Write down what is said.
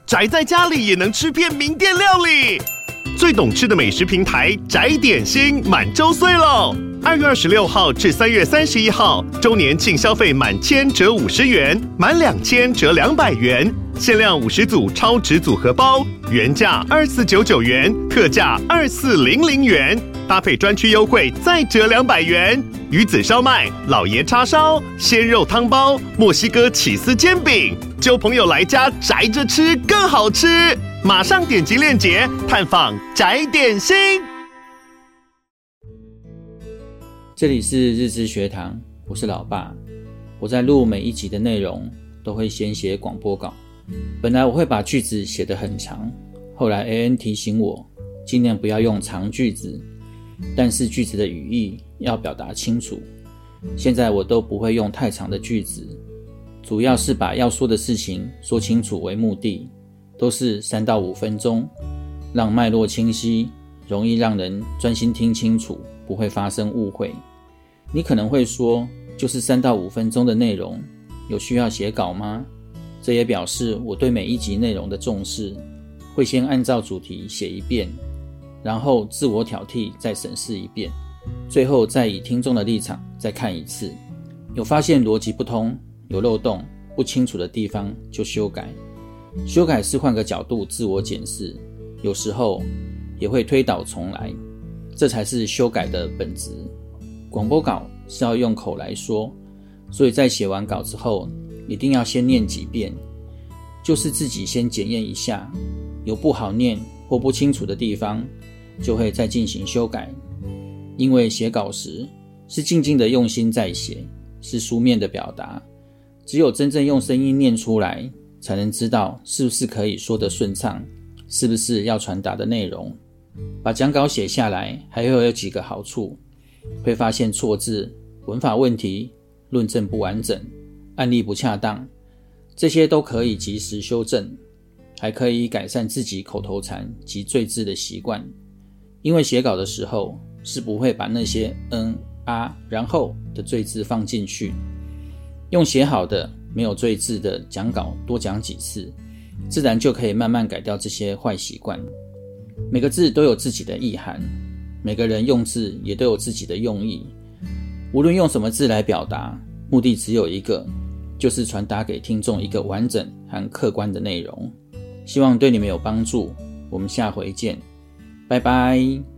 宅在家里也能吃遍名店料理。最懂吃的美食平台宅点心满周岁喽！2月26号至3月31号，周年庆消费满1000折50元，满2000折200元，限量50组超值组合包，原价2499元，特价2400元，搭配专区优惠再折200元。鱼子烧麦、老爷叉烧、鲜肉汤包、墨西哥起司煎饼，揪朋友来家宅着吃更好吃。马上点击链接探访宅点心。 这里是日知学堂，我是老爸。我在录每一集的内容都会先写广播稿，本来我会把句子写得很长，后来 AN 提醒我尽量不要用长句子，但是句子的语义要表达清楚。现在我都不会用太长的句子，主要是把要说的事情说清楚为目的，都是3到5分钟，让脉络清晰，容易让人专心听清楚，不会发生误会。你可能会说，就是3到5分钟的内容，有需要写稿吗？这也表示我对每一集内容的重视，会先按照主题写一遍，然后自我挑剔再审视一遍，最后再以听众的立场再看一次。有发现逻辑不通、有漏洞、不清楚的地方就修改。修改是换个角度自我检视，有时候也会推倒重来，这才是修改的本质。广播稿是要用口来说，所以在写完稿之后一定要先念几遍，就是自己先检验一下，有不好念或不清楚的地方就会再进行修改。因为写稿时是静静的用心在写，是书面的表达，只有真正用声音念出来，才能知道是不是可以说得顺畅，是不是要传达的内容。把讲稿写下来还会有几个好处，会发现错字、文法问题、论证不完整、案例不恰当，这些都可以及时修正，还可以改善自己口头禅及赘字的习惯。因为写稿的时候是不会把那些然后的赘字放进去，用写好的没有赘字的讲稿多讲几次，自然就可以慢慢改掉这些坏习惯。每个字都有自己的意涵，每个人用字也都有自己的用意，无论用什么字来表达，目的只有一个，就是传达给听众一个完整和客观的内容。希望对你们有帮助，我们下回见，拜拜。